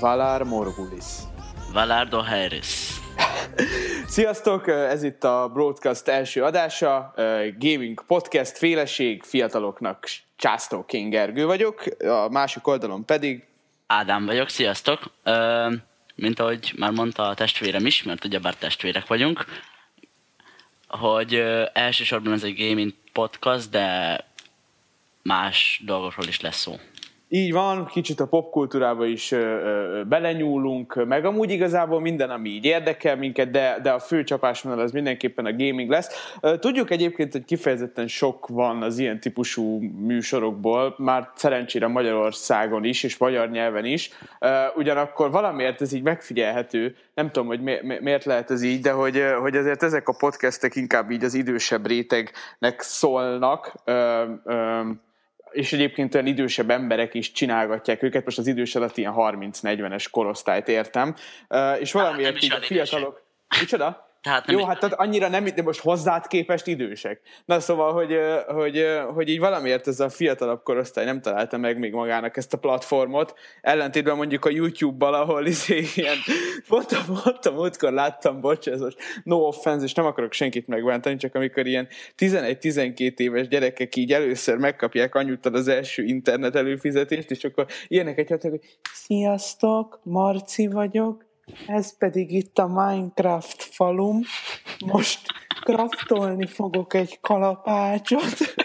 Valar Morghulis. Valar Dohaeris. Sziasztok, ez itt a Broadcast első adása, Gaming Podcast, féleség, fiataloknak császtok, én Gergő vagyok, a másik oldalon pedig... Ádám vagyok, sziasztok! Mint ahogy már mondta a testvérem is, mert ugyebár testvérek vagyunk, hogy elsősorban ez egy gaming podcast, de más dolgokról is lesz szó. Így van, kicsit a popkultúrába is belenyúlunk, meg amúgy igazából minden, ami így érdekel minket, de a fő csapásvonal az mindenképpen a gaming lesz. Tudjuk egyébként, hogy kifejezetten sok van az ilyen típusú műsorokból, már szerencsére Magyarországon is, és magyar nyelven is. Ugyanakkor valamiért ez így megfigyelhető, nem tudom, hogy miért lehet ez így, de hogy azért ezek a podcastek inkább így az idősebb rétegnek szólnak, és egyébként olyan idősebb emberek is csinálgatják őket, most az idős alatt ilyen 30-40-es korosztályt értem, és valamiért így a fiatalok... Micsoda? Jó, hát annyira nem, de most hozzád képest idősek. Na szóval, hogy így valamiért ez a fiatalabb korosztály nem találta meg még magának ezt a platformot, ellentétben mondjuk a YouTube-bal, ahol ilyen, pont a múltkor láttam, bocs, ez most no offense, és nem akarok senkit megbántani, csak amikor ilyen 11-12 éves gyerekek így először megkapják anyuttal az első internet előfizetést, és akkor ilyeneket jöttek, hogy sziasztok, Marci vagyok, ez pedig itt a Minecraft falum. Most craftolni fogok egy kalapácsot.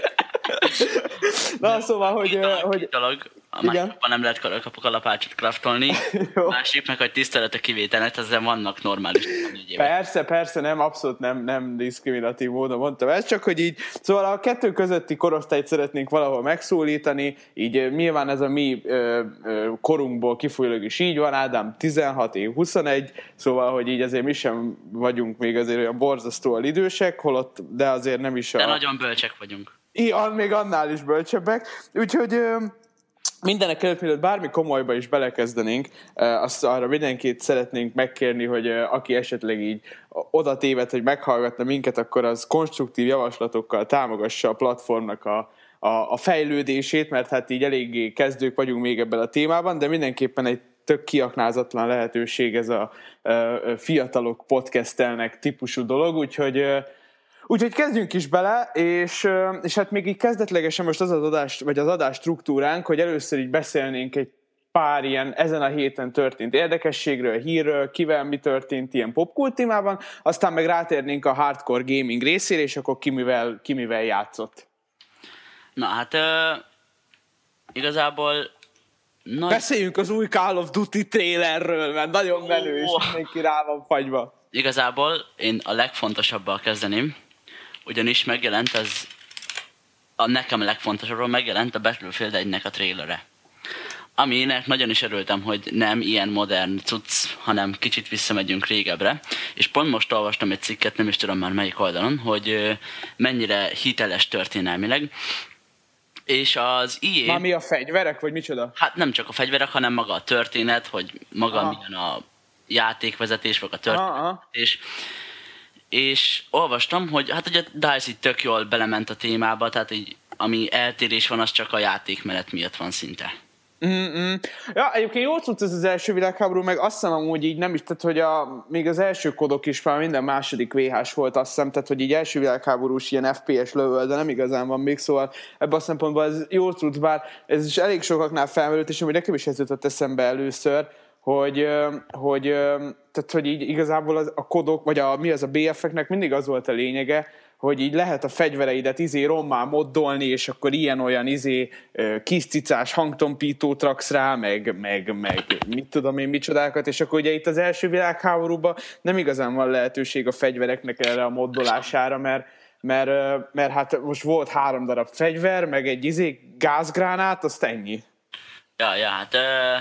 Na, szóval, hogy a másikban nem lehet kalapácsot craftolni. Másik meg, hogy tisztelet a kivételet, ezzel vannak normális ügyével. Persze, nem, abszolút nem diszkriminatív módon mondtam. Ez csak, hogy így, szóval a kettő közötti korosztályt szeretnénk valahol megszólítani, így nyilván ez a mi korunkból kifolyólag is így van, Ádám 16, én 21, szóval, hogy így azért mi sem vagyunk még azért olyan borzasztóan idősek, holott, de azért nem is De nagyon bölcsek vagyunk. Még annál is bölcsebbek, úgyhogy... Mindenek előtt, mielőtt bármi komolyba is belekezdenénk, azt arra mindenkit szeretnénk megkérni, hogy aki esetleg így oda téved, hogy meghallgatna minket, akkor az konstruktív javaslatokkal támogassa a platformnak a fejlődését, mert hát így eléggé kezdők vagyunk még ebben a témában, de mindenképpen egy tök kiaknázatlan lehetőség ez a fiatalok podcastelnek típusú dolog, úgyhogy kezdjünk is bele, és hát még így kezdetlegesen most az adás, vagy az adás struktúránk, hogy először így beszélnénk egy pár ilyen ezen a héten történt érdekességről, hírről, kivel mi történt ilyen popkult témában, aztán meg rátérnénk a hardcore gaming részére, és akkor ki mivel játszott. Na hát igazából... Beszéljünk az új Call of Duty trailerről, mert nagyon menő, és mindenki rá van fagyva. Igazából én a legfontosabbal kezdeném, ugyanis megjelent nekem a legfontosabbról megjelent a Battlefield 1-nek a trailere. Aminek nagyon is örültem, hogy nem ilyen modern cucc, hanem kicsit visszamegyünk régebbre. És pont most olvastam egy cikket, nem is tudom már melyik oldalon, hogy mennyire hiteles történelmileg. És az EA... Már mi a fegyverek, vagy micsoda? Hát nem csak a fegyverek, hanem maga a történet, hogy maga milyen a játékvezetés, vagy a történetés. És olvastam, hogy hát ugye DICE így tök jól belement a témába, tehát így, ami eltérés van, az csak a játékmenet miatt van szinte. Ja, egyébként jól tudsz ez az első világháború, meg azt hiszem amúgy így nem is, tehát hogy még az első kodok is már minden második VH-s volt, azt hiszem, tehát hogy így első világháborús ilyen FPS level, de nem igazán van még, szóval ebben a szempontból ez jól tudsz, bár ez is elég sokaknál felmerült, és amúgy nekem is ez jutott eszembe először, hogy így igazából a kodok, vagy mi az a BF-eknek mindig az volt a lényege, hogy így lehet a fegyvereidet rommá moddolni, és akkor ilyen-olyan kis cicás hangtompítót raksz rá, meg mit tudom én micsodákat, és akkor ugye itt az első világháborúban nem igazán van lehetőség a fegyvereknek erre a moddolására, mert hát most volt 3 darab fegyver, meg egy gázgránát, azt ennyi. Ja, hát...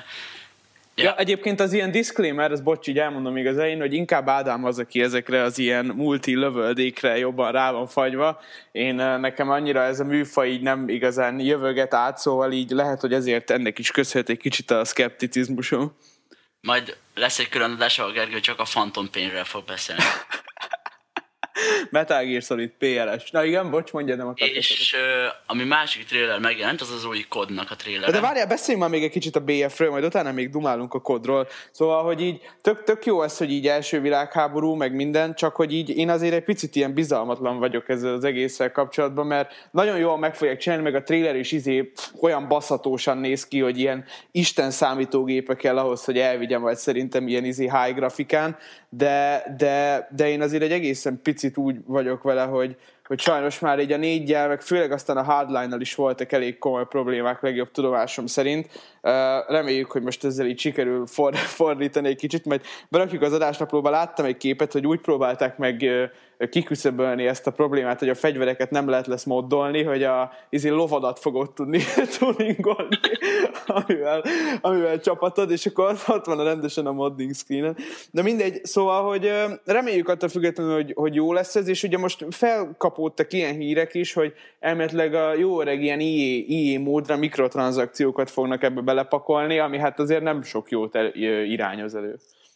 Ja, egyébként az ilyen disclaimer, ez bocs, így elmondom még az elején, hogy inkább Ádám az, aki ezekre az ilyen multi-lövöldékre jobban rá van fagyva. Nekem annyira ez a műfaj így nem igazán jövöget át, szóval így lehet, hogy ezért ennek is köszönhet egy kicsit a szkepticizmusom. Majd lesz egy külön adás, ahol Gergő csak a Phantom Pain-ről fog beszélni. Metal Gear Solid PLS. Na igen, bocs, mondja, nem akartam. És ami másik trailer megjelent, az az új COD-nak a trailer. De várjál, beszéljünk már még egy kicsit a BF-ről, majd utána még dumálunk a COD-ról. Szóval, hogy így tök jó ez, hogy így első világháború, meg minden, csak hogy így én azért egy picit ilyen bizalmatlan vagyok ezzel az egésszel kapcsolatban, mert nagyon jól meg fogják csinálni, meg a trailer is olyan baszhatósan néz ki, hogy ilyen Isten számítógépe kell ahhoz, hogy elvigyem, vagy szerintem ilyen high grafikán, de én azért egy egészen picit úgy vagyok vele, hogy sajnos már így a 4-jel, meg főleg aztán a Hardline-nal is voltak elég komoly problémák, legjobb tudomásom szerint. Reméljük, hogy most ezzel így sikerül fordítani egy kicsit, majd berakjuk az adásnaplóba, láttam egy képet, hogy úgy próbálták meg kiküszöbölni ezt a problémát, hogy a fegyvereket nem lehet lesz moddolni, hogy a lovadat fogod tudni tuningolni, amivel csapatod, és akkor ott van rendesen a modding screenen. De mindegy, szóval, hogy reméljük attól függetlenül, hogy jó lesz ez, és ugye most felkapódtak ilyen hírek is, hogy elméletileg a jó öreg ilyen EA módra mikrotranszakciókat fognak ebbe belepakolni, ami hát azért nem sok jót irányoz elő.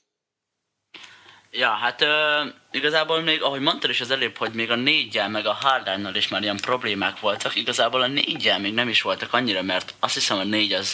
Ja, hát igazából még, ahogy mondtad is az előbb, hogy még a 4-jel meg a Hardline-nal is már ilyen problémák voltak, igazából a 4-jel még nem is voltak annyira, mert azt hiszem a 4 az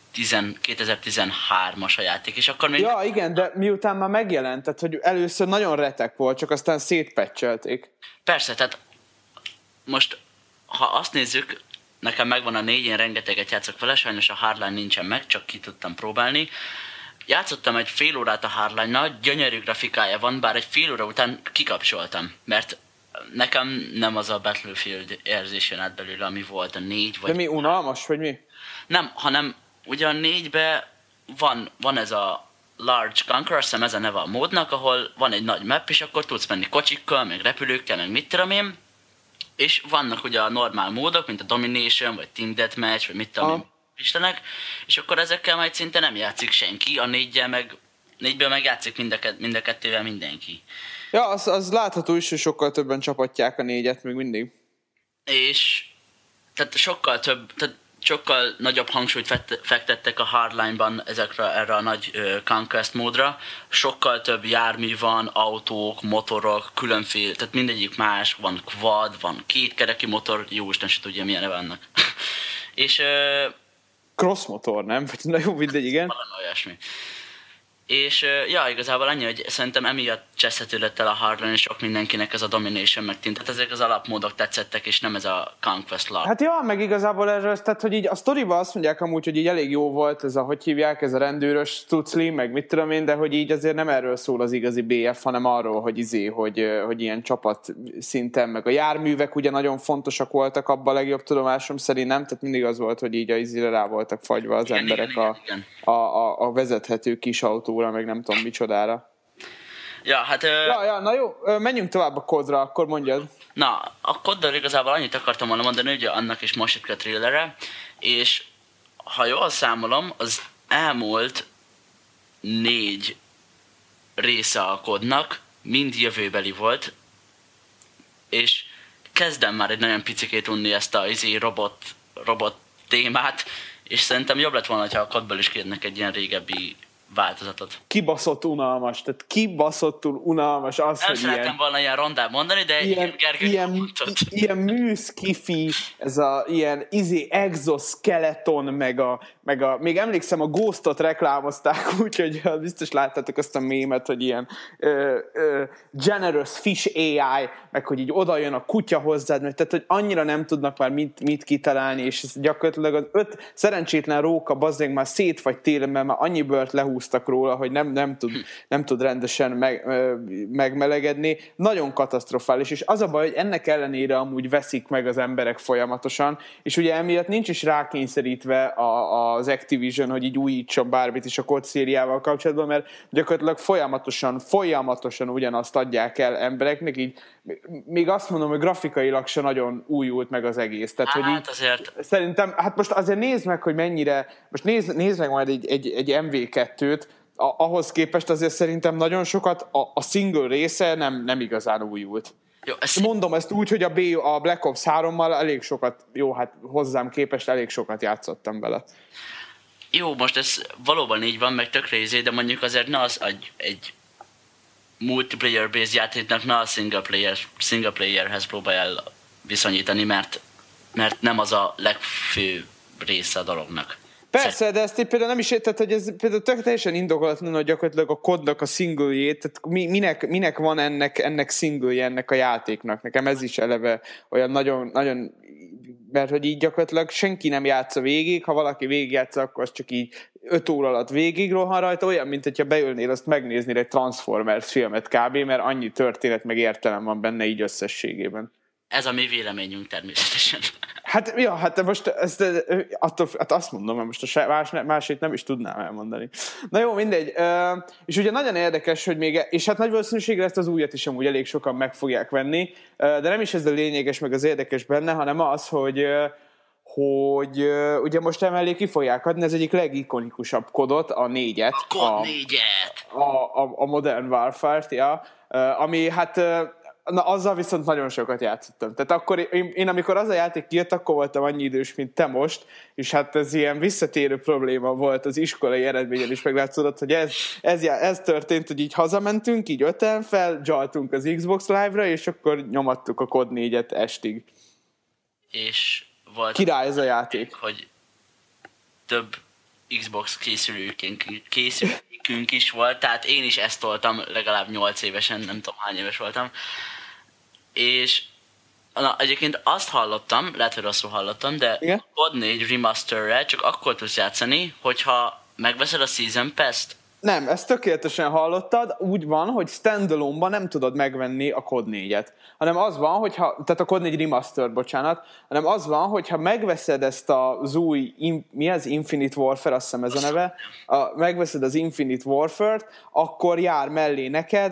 2013-as a játék, és akkor még... Ja, igen, de miután már megjelent, tehát hogy először nagyon retek volt, csak aztán szétpatchelték. Persze, tehát most, ha azt nézzük, nekem megvan a 4, én rengeteget játszok vele, sajnos a Hardline nincsen meg, csak ki tudtam próbálni. Játszottam egy fél órát a Hardline-nal, gyönyörű grafikája van, bár egy fél óra után kikapcsoltam, mert nekem nem az a Battlefield érzés jön át belőle, ami volt a 4 vagy... De mi, unalmas, vagy mi? Nem, hanem ugye a 4-ben van ez a Large Conqueror, azt hiszem ez a neve a módnak, ahol van egy nagy map, és akkor tudsz menni kocsikkal, meg repülőkkel, meg mit tudom én, és vannak ugye a normál módok, mint a Domination, vagy Team Deathmatch, vagy mit tudom én, istenek, és akkor ezekkel majd szinte nem játszik senki, a 4-ből meg játszik mind a kettővel mindenki. Ja, az látható is, hogy sokkal többen csapatják a 4-et még mindig. És tehát sokkal nagyobb hangsúlyt fektettek a Hardline-ban erre a nagy Conquest módra. Sokkal több jármű van, autók, motorok, különféle, tehát mindegyik más, van quad, van kétkereki motor, jóisten se tudja milyen neve vannak. És... cross motor, nem? Vagy na jó, mindegy, igen. Valami olyasmi. És ja, igazából annyi, hogy szerintem emiatt cseszhető lett el a Hardline, és sok mindenkinek ez a Domination megtűnt. Tehát ezek az alapmódok tetszettek, és nem ez a Conquest Large. Hát ja, meg igazából erről, tehát hogy így a sztoriban azt mondják amúgy, hogy így elég jó volt ez a, hogy hívják, ez a rendőrös stucli, meg mit tudom én, de hogy így azért nem erről szól az igazi BF, hanem arról, hogy ilyen csapat szinten, meg a járművek ugye nagyon fontosak voltak abban a legjobb tudomásom szerint, nem? Tehát mindig az volt, hogy így a izére rá voltak fagyva az emberek igen. A vezethető kis autóra, meg nem tudom micsodára. Ja, hát... na jó, menjünk tovább a COD-ra, akkor mondjad. Na, a COD-dal igazából annyit akartam volna mondani, hogy annak is most jött a trailerre, és ha jól számolom, az elmúlt 4 része a COD-nak mind jövőbeli volt, és kezdem már egy nagyon picikét unni ezt a robot témát, és szerintem jobb lett volna, ha a COD-ból is kérnek egy ilyen régebbi változatot. Kibaszott unalmas, tehát kibaszottul unalmas az, nem hogy szerettem ilyen... volna ilyen rondán mondani, de ilyen műszkifi, ez a ilyen exoskeleton, meg a még emlékszem, a Ghostot reklámozták úgy, hogy biztos láttátok azt a mémet, hogy ilyen generous fish AI, meg hogy így oda jön a kutya hozzád, tehát hogy annyira nem tudnak már mit kitalálni, és ez gyakorlatilag az 5 szerencsétlen róka bazdmeg már szétfagy télen, mert már annyi bört lehúztak róla, hogy nem tud rendesen megmelegedni. Nagyon katasztrofális, és az a baj, hogy ennek ellenére amúgy veszik meg az emberek folyamatosan, és ugye emiatt nincs is rákényszerítve az Activision, hogy így újítson bármit is a COD szériával kapcsolatban, mert gyakorlatilag folyamatosan ugyanazt adják el embereknek, így még azt mondom, hogy grafikailag se nagyon újult meg az egész. Tehát, hogy így, azért. Szerintem, hát most azért nézd meg, hogy mennyire, most nézd meg majd egy MV2-t, ahhoz képest azért szerintem nagyon sokat a single része nem igazán újult. Jó, mondom ezt úgy, hogy a Black Ops 3-mal elég sokat, jó, hát hozzám képest elég sokat játszottam vele. Jó, most ez valóban így van, meg tökre izé, de mondjuk azért ne az egy multiplayer-based játéknak ne a single playerhez próbálj el viszonyítani, mert nem az a legfőbb része a dolognak. Persze, de ezt például nem is érted, hogy ez például teljesen indokolatlan, hogy gyakorlatilag a kodnak a single-jét, tehát minek van ennek single-je ennek a játéknak. Nekem ez is eleve olyan nagyon, nagyon, mert hogy így gyakorlatilag senki nem játsza végig, ha valaki végigjátsza, akkor az csak így 5 óra alatt végig rohan rajta, olyan, mint hogyha beülnél azt megnézni egy Transformers filmet kb., mert annyi történet meg értelem van benne így összességében. Ez a mi véleményünk természetesen. Hát most azt mondom, mert most a másét nem is tudnám elmondani. Na jó, mindegy. És ugye nagyon érdekes, hogy még, és hát nagy valószínűséggel ezt az újat is amúgy elég sokan meg fogják venni, de nem is ez a lényeges, meg az érdekes benne, hanem az, hogy ugye most emellé ki fogják adni az egyik legikonikusabb kodot, a 4-et. A kod 4-et! A Modern Warfare-t, ja. Ami hát... Na, azzal viszont nagyon sokat játszottam. Tehát akkor én amikor az a játék kijött, akkor voltam annyi idős, mint te most, és hát ez ilyen visszatérő probléma volt az iskolai eredményen is meglátszódott, hogy ez történt, hogy így hazamentünk, így 5-en feldzsaltunk az Xbox Live-ra, és akkor nyomattuk a kod 4-et estig. És volt... Király ez a játék. Hogy több Xbox készülőkünk is volt, tehát én is ezt toltam legalább 8 évesen, nem tudom hány éves voltam. És egyébként azt hallottam, lehet, hogy rosszul hallottam, de igen? a Cod 4 Remasterrel csak akkor tudsz játszani, hogyha megveszed a Season Pass-t. Nem, ezt tökéletesen hallottad, úgy van, hogy standalone-ban nem tudod megvenni a Cod 4-et, hanem az van, tehát a Cod 4 Remaster, bocsánat, hanem az van, hogyha megveszed ezt az új, mi az Infinite Warfare, azt hiszem ez a neve, megveszed az Infinite Warfare-t, akkor jár mellé neked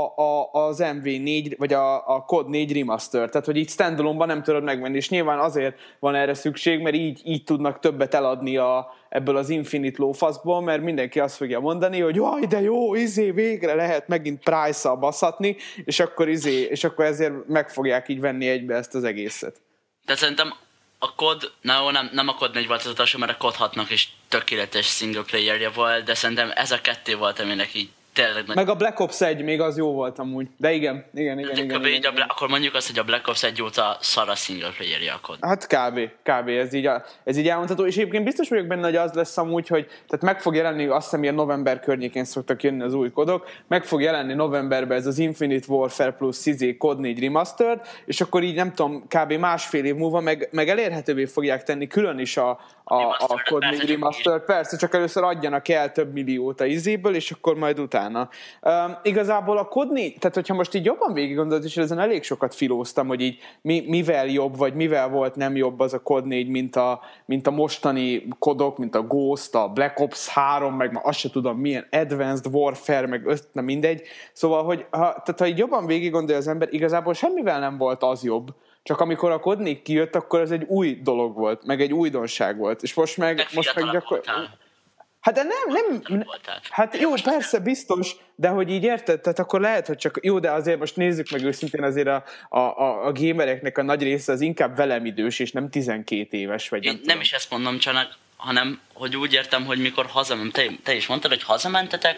az MV4, vagy a Cod 4 Remaster, tehát hogy így standalone-ban nem tudod megvenni, és nyilván azért van erre szükség, mert így tudnak többet eladni ebből az Infinite lófaszból, mert mindenki azt fogja mondani, hogy jaj, de jó, végre lehet megint price-szal baszhatni, és akkor ezért meg fogják így venni egybe ezt az egészet. De szerintem a kod, nem a kod 4 volt az utolsó, mert a kod 6-nak is tökéletes single playerje volt, de szerintem ez a 2 volt, aminek így tényleg nagy... Meg a Black Ops 1 még az jó volt amúgy. De igen. Akkor mondjuk azt, hogy a Black Ops 1 óta szar a single playerje a kod. Hát kb. Ez így elmondható. És egyébként biztos vagyok benne, hogy az lesz amúgy, hogy tehát meg fog jelenni, azt hiszem ilyen november környékén szoktak jönni az új kodok, meg fog jelenni novemberben ez az Infinite Warfare plus Cod 4 Remastered, és akkor így nem tudom, kb. Másfél év múlva meg elérhetővé fogják tenni külön is a Cod 4 Remastered. Persze, csak először adjanak el több milliót a izéből, és akkor majd utána. Igazából a Cod 4, tehát hogyha most így jobban végig gondolod, és ezen elég sokat filóztam, hogy így mivel jobb, vagy mivel volt nem jobb az a Cod 4, mint a mostani kodok, mint a Ghost, a Black Ops 3, meg ma azt se tudom milyen Advanced Warfare, meg nem mindegy. Szóval, hogy ha így jobban végig gondolja az ember, igazából semmivel nem volt az jobb. Csak amikor a Cod 4 kijött, akkor ez egy új dolog volt, meg egy újdonság volt. És most meg gyakorlatilag... Hát de nem. Hát jó, persze, biztos, de hogy így érted, tehát akkor lehet, hogy csak jó, de azért most nézzük meg őszintén, azért a gamereknek a nagy része az inkább velem idős, és nem 12 éves, vagy én nem is ezt mondom, csak, hanem hogy úgy értem, hogy mikor te is mondtad, hogy hazamentetek,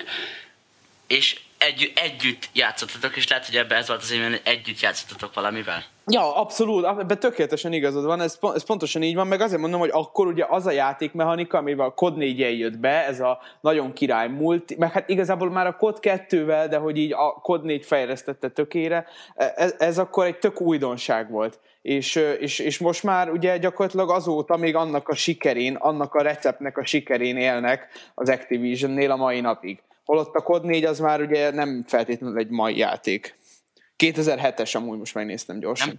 és együtt játszottatok, és lehet, hogy ebben ez volt az én, hogy együtt játszottatok valamivel. Ja, abszolút, ebben tökéletesen igazad van, ez pontosan így van, meg azért mondom, hogy akkor ugye az a játékmechanika, amivel a Cod 4 jött be, ez a nagyon király multi, meg hát igazából már a Cod 2-vel, de hogy így a Cod 4 fejlesztette tökére, ez akkor egy tök újdonság volt. És most már ugye gyakorlatilag azóta még annak a receptnek a sikerén élnek az Activisionnél a mai napig. Holott a Cod 4 az már ugye nem feltétlenül egy mai játék. 2007-es amúgy, most megnéztem gyorsan.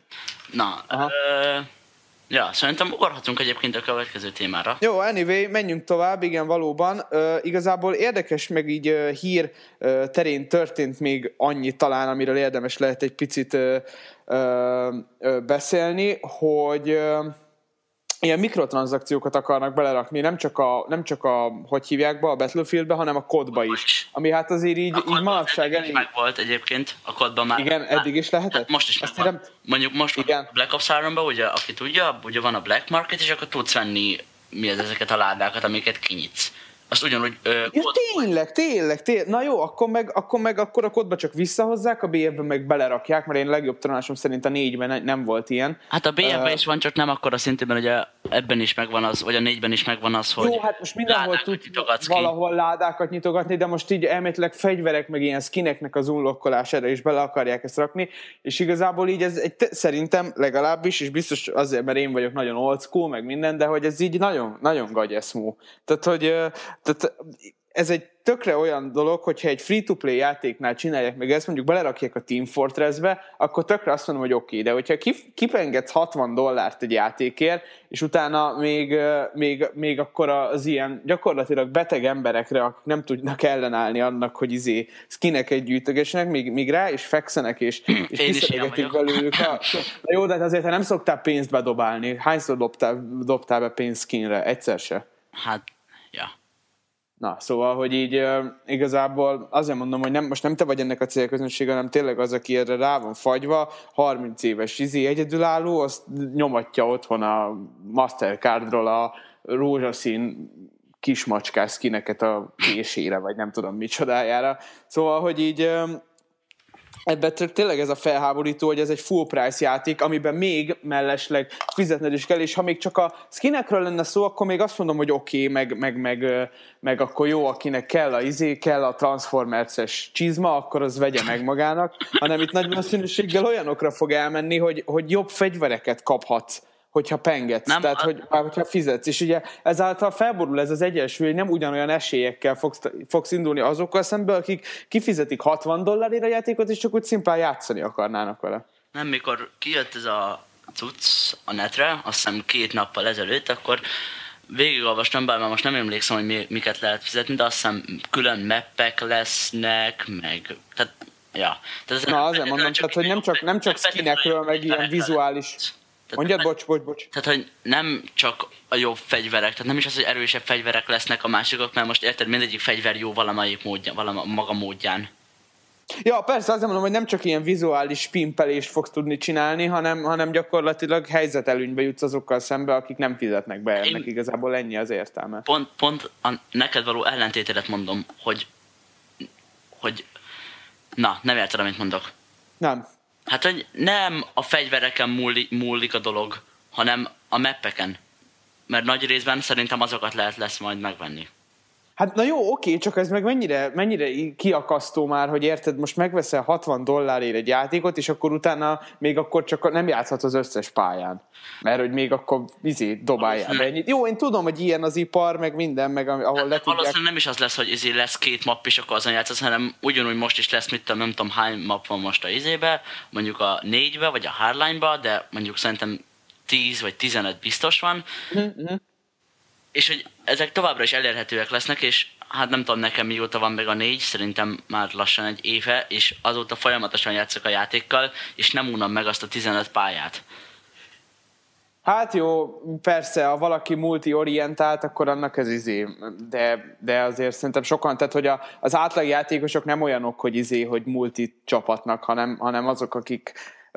Ja, szerintem ugorhatunk egyébként a következő témára. Jó, anyway, menjünk tovább, igen, valóban. Igazából érdekes, meg így hír terén történt még annyi talán, amiről érdemes lehet egy picit beszélni, hogy ilyen mikrotranszakciókat akarnak belerakni, nem csak a hogy hívják be, a Battlefieldbe, hanem a kodba is. Ami hát azért így manapság elég... meg volt egyébként, a kodban már... Igen, eddig is lehetett? Hát most is megvan. Mondjuk most igen. A Black Ops 3-ban, ugye, aki tudja, ugye van a Black Market, és akkor tudsz venni ezeket a ládákat, amiket kinyitsz. azt ugyanúgy... Ja, tényleg. Na jó, akkor a kódba csak visszahozzák, a BF-ben meg belerakják, mert én legjobb tanulásom szerint a 4-ben nem volt ilyen. Hát a BF-ben is van, csak nem akkor a szintében, ugye ebben is megvan az, vagy a 4-ben is megvan az, hogy jó, hát most mindenhol tud valahol ládákat nyitogatni, de most így elméletileg fegyverek, meg ilyen skineknek az unlockolására is bele akarják ezt rakni, és igazából így ez szerintem legalábbis, és biztos azért, mert én vagyok nagyon old school, meg minden, de hogy ez így nagyon, nagyon gagyeszmú. Tehát ez egy tökre olyan dolog, hogyha egy free-to-play játéknál csinálják meg ezt, mondjuk belerakják a Team Fortressbe, akkor tökre azt mondom, hogy oké, de hogyha kipengedsz $60 egy játékért, és utána még akkor az ilyen gyakorlatilag beteg emberekre, akik nem tudnak ellenállni annak, hogy skineket gyűjtögessenek, még rá is fekszenek, és kiszeregetik belőlük. Na jó, de azért nem szoktál pénzt bedobálni. Hányszor dobtál be pénzt skinre? Egyszer se? Hát, ja. Na, szóval, hogy így igazából azért mondom, hogy most nem te vagy ennek a célközönsége, hanem tényleg az, aki erre rá van fagyva, 30 éves egyedülálló, azt nyomatja otthon a Mastercardról a rózsaszín kismacskás skineket a késére, vagy nem tudom micsodájára. Szóval, hogy így ebben tényleg ez a felháborító, hogy ez egy full price játék, amiben még mellesleg fizetned is kell, és ha még csak a skinekről lenne szó, akkor még azt mondom, hogy oké, meg akkor jó, akinek kell a Transformers-es csizma, akkor az vegye meg magának, hanem itt nagy valószínűséggel olyanokra fog elmenni, hogy jobb fegyvereket kaphatsz, hogyha pengetsz, tehát hogyha fizetsz. És ugye ezáltal felborul ez az egyensúly, hogy nem ugyanolyan esélyekkel fogsz indulni azokkal szemben, akik kifizetik $60 a játékot, és csak úgy szimplán játszani akarnának vele. Nem, mikor kijött ez a cucc a netre, azt hiszem 2 nappal ezelőtt, akkor végigolvastam, bár már most nem emlékszem, hogy miket lehet fizetni, de azt hiszem külön mappek lesznek, meg... Tehát, ja. Na, azért mondom, tehát, hogy nem csak skinekről, meg ilyen vizuális... Mondjad, bocs. Tehát, hogy nem csak a jobb fegyverek, tehát nem is az, hogy erősebb fegyverek lesznek a másikok, mert most érted, mindegyik fegyver jó valamelyik maga módján. Ja, persze, azért mondom, hogy nem csak ilyen vizuális pimpelést fogsz tudni csinálni, hanem gyakorlatilag helyzetelőnybe jutsz azokkal szembe, akik nem fizetnek be ennek, igazából ennyi az értelme. Pont a neked való ellentételet mondom, hogy na, nem érted, amit mondok. Nem. Hát, hogy nem a fegyvereken múlik a dolog, hanem a mappeken. Mert nagy részben szerintem azokat lesz majd megvenni. Hát na jó, oké, csak ez meg mennyire kiakasztó már, hogy érted, most megveszel $60 egy játékot, és akkor utána még akkor csak nem játszhatsz az összes pályán. Mert hogy még akkor dobáljál be ennyit. Jó, én tudom, hogy ilyen az ipar, meg minden, meg ahol le tudják... Valószínűleg nem is az lesz, hogy lesz 2 mapp, és akkor azon játszasz, hanem ugyanúgy most is lesz, nem tudom hány mapp van most a mondjuk a 4-be, vagy a Hardline-ba, de mondjuk szerintem 10 vagy 15 biztos van. És hogy ezek továbbra is elérhetőek lesznek, és hát nem tudom nekem mióta van meg a 4, szerintem már lassan egy éve, és azóta folyamatosan játszok a játékkal, és nem unom meg azt a 15 pályát. Hát jó, persze, ha valaki multi-orientált, akkor annak ez de azért szerintem sokan, tehát hogy az átlag játékosok nem olyanok, hogy multi csapatnak, hanem azok, akik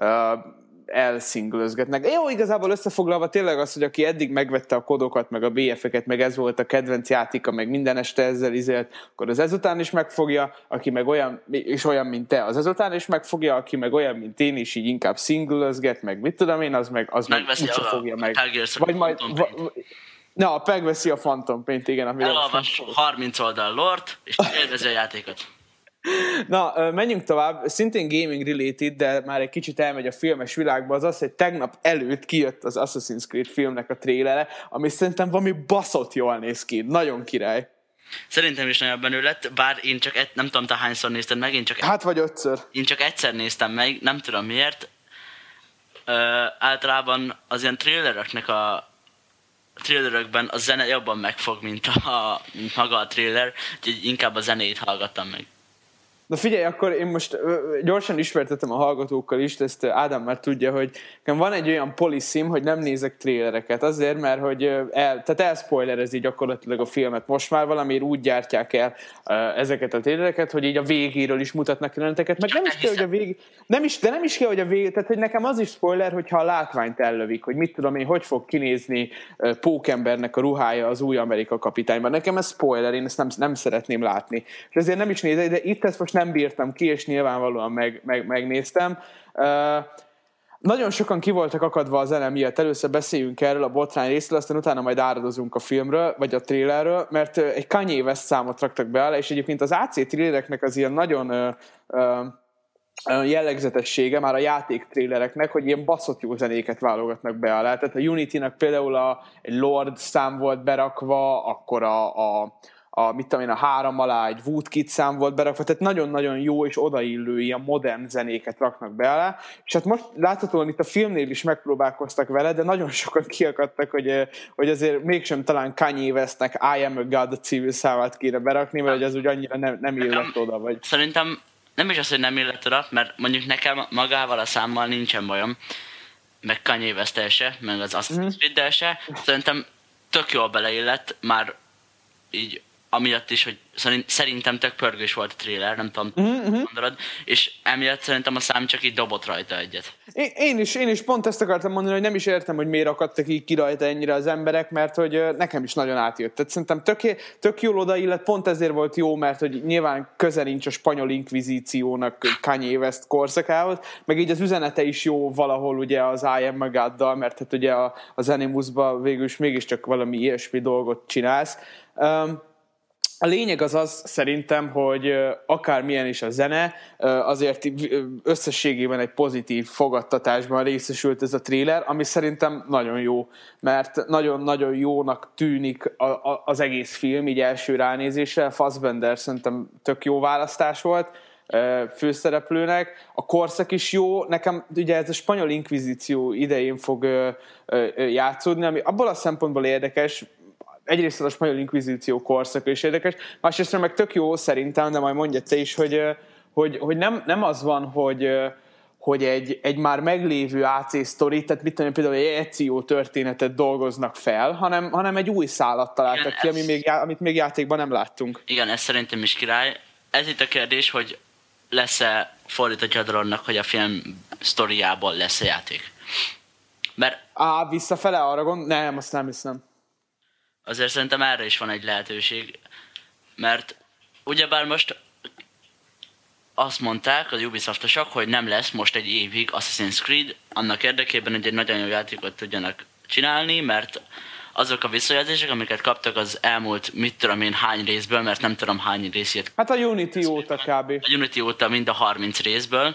elszinglözgetnek. Jó, igazából összefoglalva tényleg az, hogy aki eddig megvette a kodokat, meg a BF-eket, meg ez volt a kedvenc játéka, meg minden este ezzel izélt, akkor az ezután is megfogja, aki meg olyan, mint te, az ezután is megfogja, aki meg olyan, mint én is, így inkább singlözget, meg mit tudom én, az meg úgyse fogja meg. Vagy majd... megveszi a Phantom Paint, igen. Elolvas 30 oldal lore-t, és élvezi a játékot. Na, menjünk tovább. Szintén gaming related, de már egy kicsit elmegy a filmes világba, az, hogy tegnap előtt kijött az Assassin's Creed filmnek a trélere, ami szerintem valami baszott jól néz ki. Nagyon király. Szerintem is nagyon menő lett, bár én csak nem tudom, te hányszor nézted meg, Hát vagy 5-ször. Én csak egyszer néztem meg, nem tudom miért. Általában az ilyen trailerökben a zene jobban megfog, mint maga a trailer, úgyhogy inkább a zenét hallgattam meg. Na figyelj, akkor én most gyorsan ismertetem a hallgatókkal is, ezt Ádám már tudja, hogy nekem van egy olyan policy-m, hogy nem nézek trélereket, azért, mert hogy tehát elspoilerezi gyakorlatilag a filmet. Most már valamiért úgy gyártják el ezeket a trélereket, hogy így a végéről is mutatnak jeleneteket, meg nem is kell, hogy a végé... nem is kell, hogy a végé... Tehát, hogy nekem az is spoiler, hogyha a látványt ellövik, hogy mit tudom én, hogy fog kinézni Pókembernek a ruhája az új Amerika kapitányban. Nekem ez spoiler, én ezt nem szeretném látni. És ezért nem is nézek, de itt ezt most nem bírtam ki, és nyilvánvalóan megnéztem. Nagyon sokan ki voltak akadva az zene miatt. Először beszéljünk erről a botrány részről, aztán utána majd áradozunk a filmről, vagy a trailerről, mert egy Kanye West számot raktak be, és egyébként az AC trailereknek az ilyen nagyon jellegzetessége már a játék trailereknek, hogy ilyen baszott jó zenéket válogatnak be alá. Tehát a Unity-nak például egy Lord szám volt berakva, akkor mit tudom én, a 3 alá egy Woodkid szám volt berakva, tehát nagyon-nagyon jó és odaillő ilyen modern zenéket raknak be alá, és hát most láthatóan itt a filmnél is megpróbálkoztak vele, de nagyon sokan kiakadtak, hogy azért mégsem talán Kanye Westnek I Am a God című számát kéne berakni, mert hogy az úgy annyira nem illett oda. Vagy... Szerintem nem is az, hogy nem illett oda, mert mondjuk nekem magával a számmal nincsen bajom, meg Kanye West-tel se, meg az Assassin's Creed-del se. Szerintem tök jól beleillett, már így amiatt is, hogy szerintem tök pörgős volt a trailer, nem tudom, gondolod, és emiatt szerintem a szám csak így dobott rajta egyet. Én is pont ezt akartam mondani, hogy nem is értem, hogy miért akadtak így ki rajta ennyire az emberek, mert hogy nekem is nagyon átjött. Tehát szerintem tök jól odaillett, pont ezért volt jó, mert hogy nyilván köze nincs a spanyol inkvizíciónak Kanye West korszakához, meg így az üzenete is jó valahol ugye az I Am a God-dal, mert hát ugye az Animusban végül is mégiscsak valami ilyesmi dolgot csinálsz. A lényeg az szerintem, hogy akármilyen is a zene, azért összességében egy pozitív fogadtatásban részesült ez a trailer, ami szerintem nagyon jó, mert nagyon-nagyon jónak tűnik az egész film, így első ránézésre. Fassbender szerintem tök jó választás volt főszereplőnek. A korszak is jó, nekem ugye ez a spanyol inkvizíció idején fog játszódni, ami abból a szempontból érdekes, egyrészt a spanyol inkvizíció korszaka is érdekes, másrészt meg tök jó szerintem, de majd mondja te is, hogy nem az van, hogy egy már meglévő AC sztori, tehát mit tudom, például egy Ezio történetet dolgoznak fel, hanem egy új szállat találtak ki, amit még játékban nem láttunk. Igen, ez szerintem is király. Ez itt a kérdés, hogy lesz-e fordítottja annak, hogy a film sztoriából lesz a játék. Mert... visszafele arra gond? Nem, azt nem hiszem. Azért szerintem erre is van egy lehetőség, mert ugyebár most azt mondták az Ubisoftosok, hogy nem lesz most egy évig Assassin's Creed, annak érdekében, hogy egy nagyon jó játékot tudjanak csinálni, mert azok a visszajelzések, amiket kaptak az elmúlt mit tudom én hány részből, mert nem tudom hány rész jött. Hát a Unity óta kb. A Unity óta mind a 30 részből.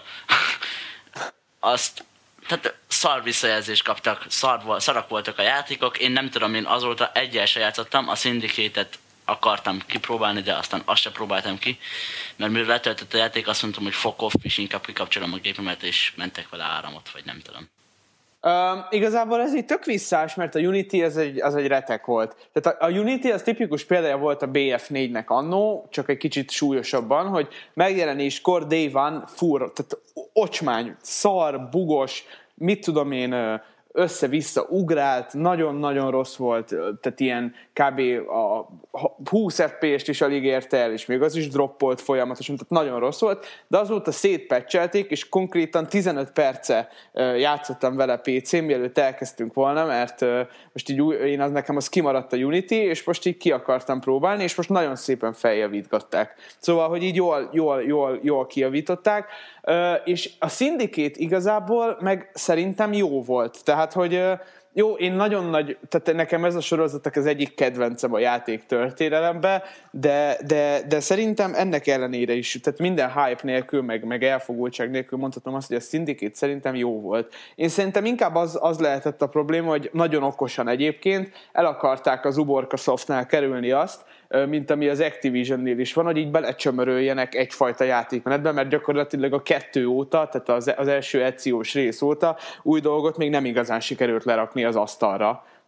Tehát szar visszajelzést kaptak, szarak voltak a játékok, én nem tudom, én azóta egyel se játszottam, a Syndicate-et akartam kipróbálni, de aztán azt se próbáltam ki, mert mivel letöltött a játék, azt mondtam, hogy fuck off, és inkább kikapcsolom a gépemet, és mentek vele áramot, vagy nem tudom. Igazából ez így tök visszás, mert a Unity az egy retek volt. Tehát a Unity az tipikus példája volt a BF4-nek annó, csak egy kicsit súlyosabban, hogy megjelenéskor Day One tehát ocsmány, szar, bugos, mit tudom én, össze-vissza ugrált, nagyon-nagyon rossz volt, tehát ilyen kb. A 20 FPS-t is alig érte el, és még az is droppolt folyamatosan, tehát nagyon rossz volt, de azóta szétpatchelték, és konkrétan 15 perce játszottam vele PC-n, mielőtt elkezdtünk volna, mert most így nekem az kimaradt a Unity, és most így ki akartam próbálni, és most nagyon szépen feljavítgatták. Szóval, hogy így jól kijavították, és a Syndicate igazából meg szerintem jó volt. Tehát, hogy jó, én tehát nekem ez a sorozatok az egyik kedvencem a játék történelemben, de szerintem ennek ellenére is, tehát minden hype nélkül, meg elfogultság nélkül mondhatom azt, hogy a Syndicate szerintem jó volt. Én szerintem inkább az lehetett a probléma, hogy nagyon okosan egyébként el akarták az Uborka Softnál kerülni azt, mint ami az Activisionnél is van, hogy így belecsömöröljenek egyfajta játékmenetben, mert gyakorlatilag a 2 óta, tehát az első Ezio-s rész óta új dolgot még nem igazán sikerült lerakni az asztalra.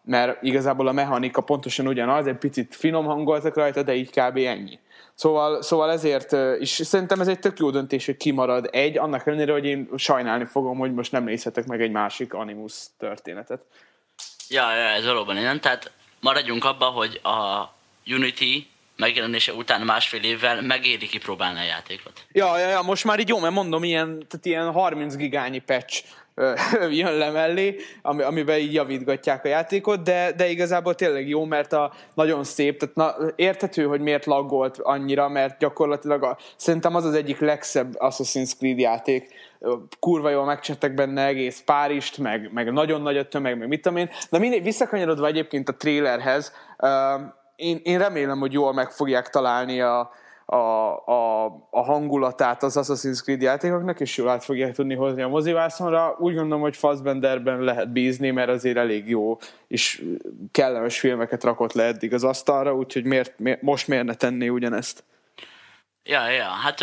mert igazából a mechanika pontosan ugyanaz, egy picit finom hangoltak rajta, de így kb. Ennyi. Szóval ezért, és szerintem ez egy tök jó döntés, hogy kimarad egy, annak ellenére, hogy én sajnálni fogom, hogy most nem nézhetek meg egy másik Animus történetet. Ja, ez valóban ilyen, tehát maradjunk abban, hogy a Unity megjelenése után másfél évvel megéri kipróbálni a játékot. Ja, most már így jó, mert mondom, ilyen 30 gigányi patch jön le mellé, amiben így javítgatják a játékot, de igazából tényleg jó, mert nagyon szép, tehát érthető, hogy miért laggolt annyira, mert gyakorlatilag szerintem az egyik legszebb Assassin's Creed játék, kurva jól megcsináltak benne egész Párizst, meg nagyon nagy a tömeg, meg mit tudom én, de mindig visszakanyarodva egyébként a trailerhez, én remélem, hogy jól meg fogják találni a hangulatát az Assassin's Creed játékoknak, és jól át fogják tudni hozni a mozivászonra. Úgy gondolom, hogy Fassbenderben lehet bízni, mert azért elég jó és kellemes filmeket rakott le eddig az asztalra, úgyhogy most miért ne tenné ugyanezt? Ja, hát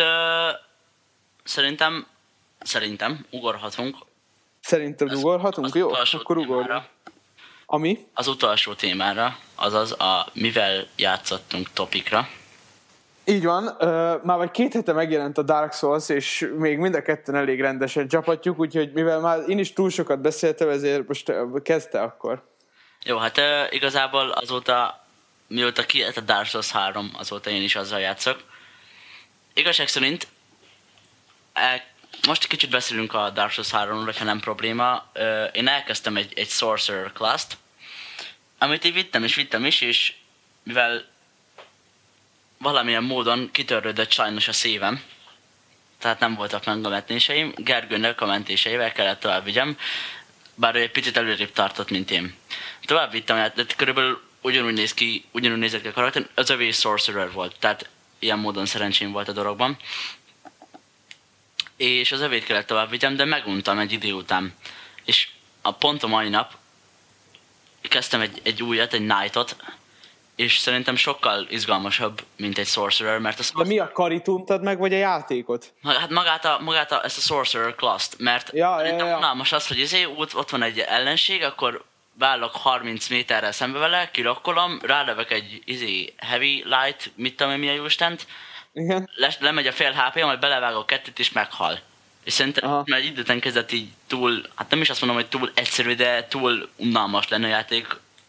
szerintem ugorhatunk. Szerintem ugorhatunk? Jó, akkor ugorjunk. Ami? Az utolsó témára, azaz a mivel játszottunk topikra. Így van, már vagy 2 hete megjelent a Dark Souls, és még mind a ketten elég rendesen csapatjuk, úgyhogy mivel már én is túl sokat beszéltem, ezért most kezdte akkor. Jó, hát igazából azóta, mióta kijött a Dark Souls 3, azóta én is azzal játszok. Igazság szerint, most kicsit beszélünk a Dark Souls 3-ról, ha nem probléma. Én elkezdtem egy Sorcerer class-t, amit így vittem is, és mivel valamilyen módon kitörődött sajnos a szívem, tehát nem voltak megmentéseim, Gergőnek a mentéseivel kellett tovább vigyem, bár ő egy picit előrébb tartott, mint én. Tovább vittem, de körülbelül ugyanúgy nézett ki a karakter, az övé Sorcerer volt, tehát ilyen módon szerencsém volt a dologban. És az övét kellett tovább vigyem, de meguntam egy idő után. És pont a mai nap kezdtem egy újat, egy Knight-ot, és szerintem sokkal izgalmasabb, mint egy Sorcerer, mert a De mi a karit untad meg, vagy a játékot? Hát magát ezt a Sorcerer class-t, mert szerintem unalmas az, hogy ott van egy ellenség, akkor beállok 30 méterrel szembe vele, kirakkolom, rálövök egy heavy light, mit tudom én milyen jóstent, lemegy a fél HP, majd belevágok 2-t és meghal. És szerintem már egy idő után kezdett így túl, hát nem is azt mondom, hogy túl egyszerű, de túl unalmas lenne a játék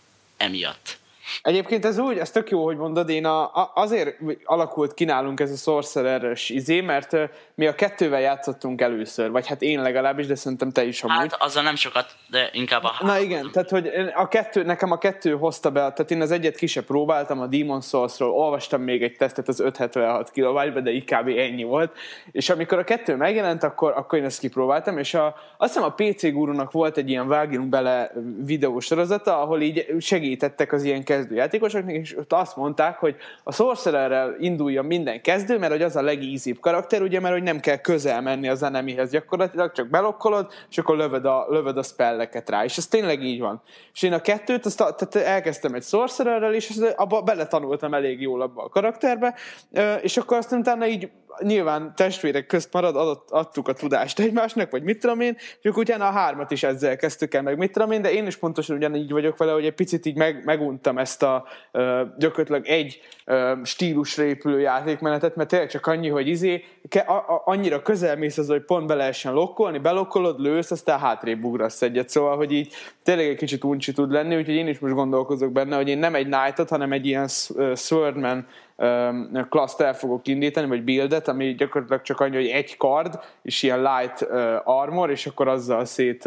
emiatt. Egyébként ez tök jó, hogy mondod, én azért alakult ki nálunk ez a Sorcerer-es mert mi a 2-vel játszottunk először, vagy hát én legalábbis, de szerintem te is amúgy. Hát azzal nem sokat, de inkább a 3. Na igen, tehát hogy nekem a 2 hozta be, tehát én az egyet ki se próbáltam, a Demon's Souls-ról olvastam még egy tesztet az 576 kilobájtba, de kb. Ennyi volt, és amikor a 2 megjelent, akkor én ezt kipróbáltam, és azt hiszem a PC Gurunak volt egy ilyen vágjunk bele videósorozata, ahol így segítettek az ilyen kezdőjátékosoknak, és ott azt mondták, hogy a Sorcererrel induljon minden kezdő, mert hogy az a legízibb karakter, ugye, mert hogy nem kell közel menni az enemihez gyakorlatilag, csak belokkolod, és akkor lövöd a spelleket rá, és ez tényleg így van. És én a 2-t, tehát elkezdtem egy Sorcererrel, és abba beletanultam elég jól abba a karakterbe, és akkor aztán utána így nyilván testvérek közt adtuk a tudást egymásnak, vagy mit tudom én, és akkor utána a 3-at is ezzel kezdtük el, meg mit tudom én, de én is pontosan ugyanígy vagyok vele, hogy egy picit így meguntam ezt a gyakorlatilag egy stílusra épülő játékmenetet, mert tényleg csak annyi, hogy annyira közel mész az, hogy pont be lehessen lokkolni, belokkolod, lősz, aztán hátrébb ugrasz egyet, szóval, hogy így tényleg egy kicsit uncsi tud lenni, úgyhogy én is most gondolkozok benne, hogy én nem egy Knight-ot, hanem egy ilyen Swordman class-t el fogok indítani, vagy buildet, ami gyakorlatilag csak annyi, hogy egy kard, és ilyen light armor, és akkor azzal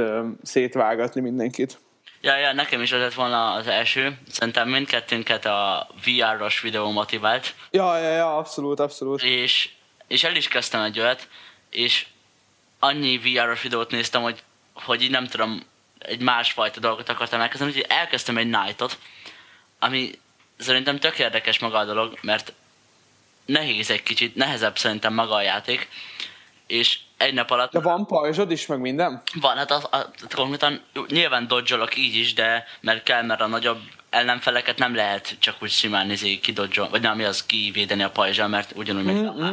szétvágatni mindenkit. Ja, nekem is az lett volna az első. Szerintem mindkettőnket a VR-os videó motivált. Ja, abszolút. És el is kezdtem egy olyat, és annyi VR-os videót néztem, hogy így nem tudom, egy másfajta dolgot akartam elkezdeni, úgyhogy elkezdtem egy Knight-ot, ami szerintem tök érdekes maga a dolog, mert nehéz egy kicsit, nehezebb szerintem maga a játék, és egy nap alatt... De van pajzsod is, meg minden? Van, hát konkrétan nyilván dodge-olok így is, de mert a nagyobb ellenfeleket nem lehet csak úgy simán kidodge-olni, vagy nem, kivédeni a pajzsal, mert ugyanúgy meg